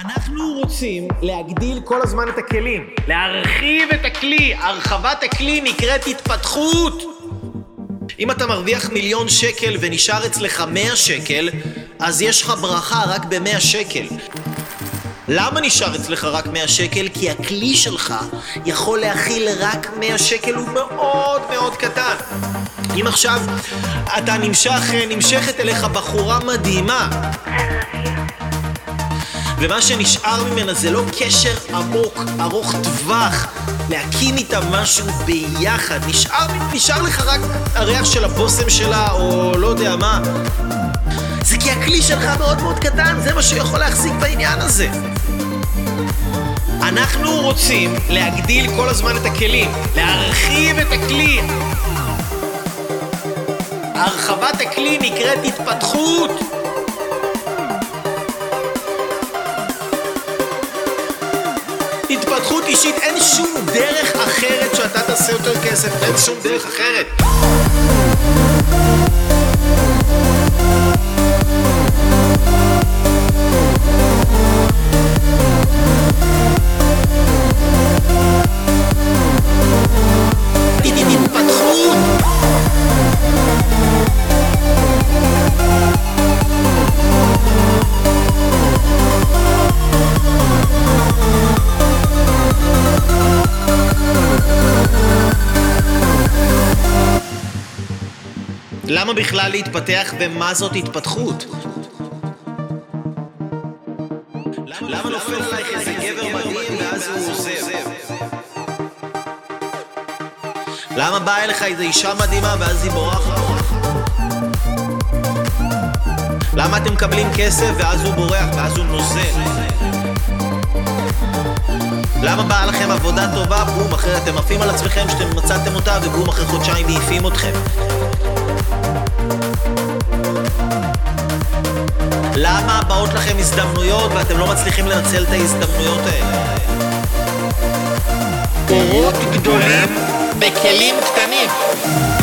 אנחנו רוצים להגדיל כל הזמן את הכלים, להרחיב את הכלי. הרחבת הכלי נקראת התפתחות. אם אתה מרוויח 1,000,000 שקל ונשאר אצלך 100 שקל, אז יש לך ברכה רק ב100 שקל. למה נשאר אצלך רק 100 שקל? כי הכלי שלך יכול להכיל רק 100 שקל, הוא מאוד מאוד קטן. אם עכשיו אתה נמשכת אליך בחורה מדהימה, ומה שנשאר ממנה זה לא קשר עמוק, ארוך טווח, להקים איתה משהו ביחד. נשאר לך רק הריח של הבוסם שלה, או לא יודע מה. זה כי הכלי שלך מאוד מאוד קטן, זה מה שיכול להחזיק בעניין הזה. אנחנו רוצים להגדיל כל הזמן את הכלים, להרחיב את הכלי. הרחבת הכלי נקראת התפתחות. התפתחות אישית, אין שום דרך אחרת שאתה תעשה יותר כסף, אין שום דרך אחרת. למה בכלל להתפתח ומה זאת התפתחות? למה נופל עלייך איזה גבר מדהים ואז הוא עוזב? למה באה אליך איזו אישה מדהימה ואז היא בורחת? למה אתם מקבלים כסף ואז הוא בורח ואז הוא נוזל? למה באה לכם עבודה טובה, בום, אחרי אתם עפים על עצמכם שאתם מצאתם אותה ובום, אחרי חודשיים מעיפים אתכם? למה באות לכם הזדמנויות ואתם לא מצליחים לנצל את ההזדמנויות האלה? אורות גדולים בכלים קטנים.